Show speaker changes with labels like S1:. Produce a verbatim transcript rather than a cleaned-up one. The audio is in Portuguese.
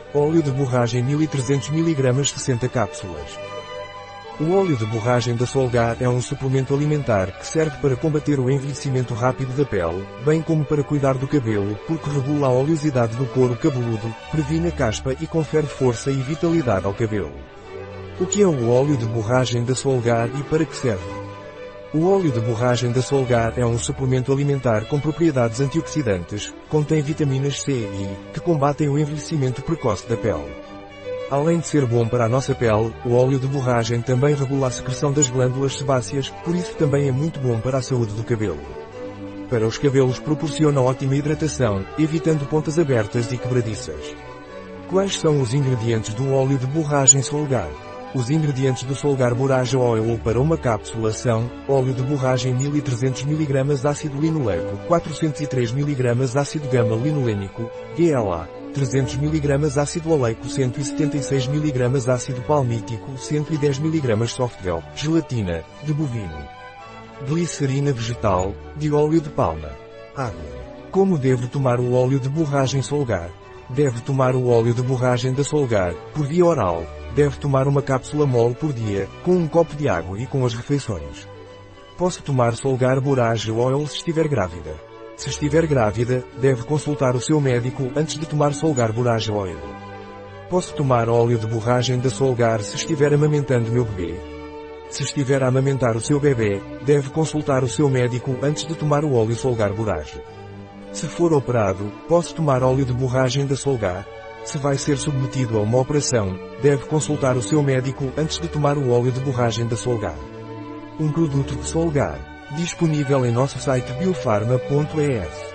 S1: Óleo de borragem mil e trezentos miligramas sessenta cápsulas. O óleo de borragem da Solgar é um suplemento alimentar que serve para combater o envelhecimento rápido da pele, bem como para cuidar do cabelo, porque regula a oleosidade do couro cabeludo, previne a caspa e confere força e vitalidade ao cabelo. O que é o óleo de borragem da Solgar e para que serve? O óleo de borragem da Solgar é um suplemento alimentar com propriedades antioxidantes, contém vitaminas C e I, que combatem o envelhecimento precoce da pele. Além de ser bom para a nossa pele, o óleo de borragem também regula a secreção das glândulas sebáceas, por isso também é muito bom para a saúde do cabelo. Para os cabelos proporciona ótima hidratação, evitando pontas abertas e quebradiças. Quais são os ingredientes do óleo de borragem Solgar? Os ingredientes do Solgar Borage Oil para uma cápsula são: óleo de borragem mil e trezentos miligramas ácido linoleico, quatrocentos e três miligramas ácido gama-linolênico, G L A, trezentos miligramas ácido oleico, cento e setenta e seis miligramas ácido palmítico, cento e dez miligramas softgel, gelatina, de bovino, glicerina vegetal, de óleo de palma, água. Como deve tomar o óleo de borragem Solgar? Deve tomar o óleo de borragem da Solgar, por via oral. Deve tomar uma cápsula mole por dia, com um copo de água e com as refeições. Posso tomar Solgar Borage Oil se estiver grávida. Se estiver grávida, deve consultar o seu médico antes de tomar Solgar Borage Oil. Posso tomar óleo de borragem da Solgar se estiver amamentando meu bebê. Se estiver a amamentar o seu bebê, deve consultar o seu médico antes de tomar o óleo Solgar Borage. Se for operado, posso tomar óleo de borragem da Solgar? Se vai ser submetido a uma operação, deve consultar o seu médico antes de tomar o óleo de borragem da Solgar. Um produto de Solgar, disponível em nosso site biofarma ponto es.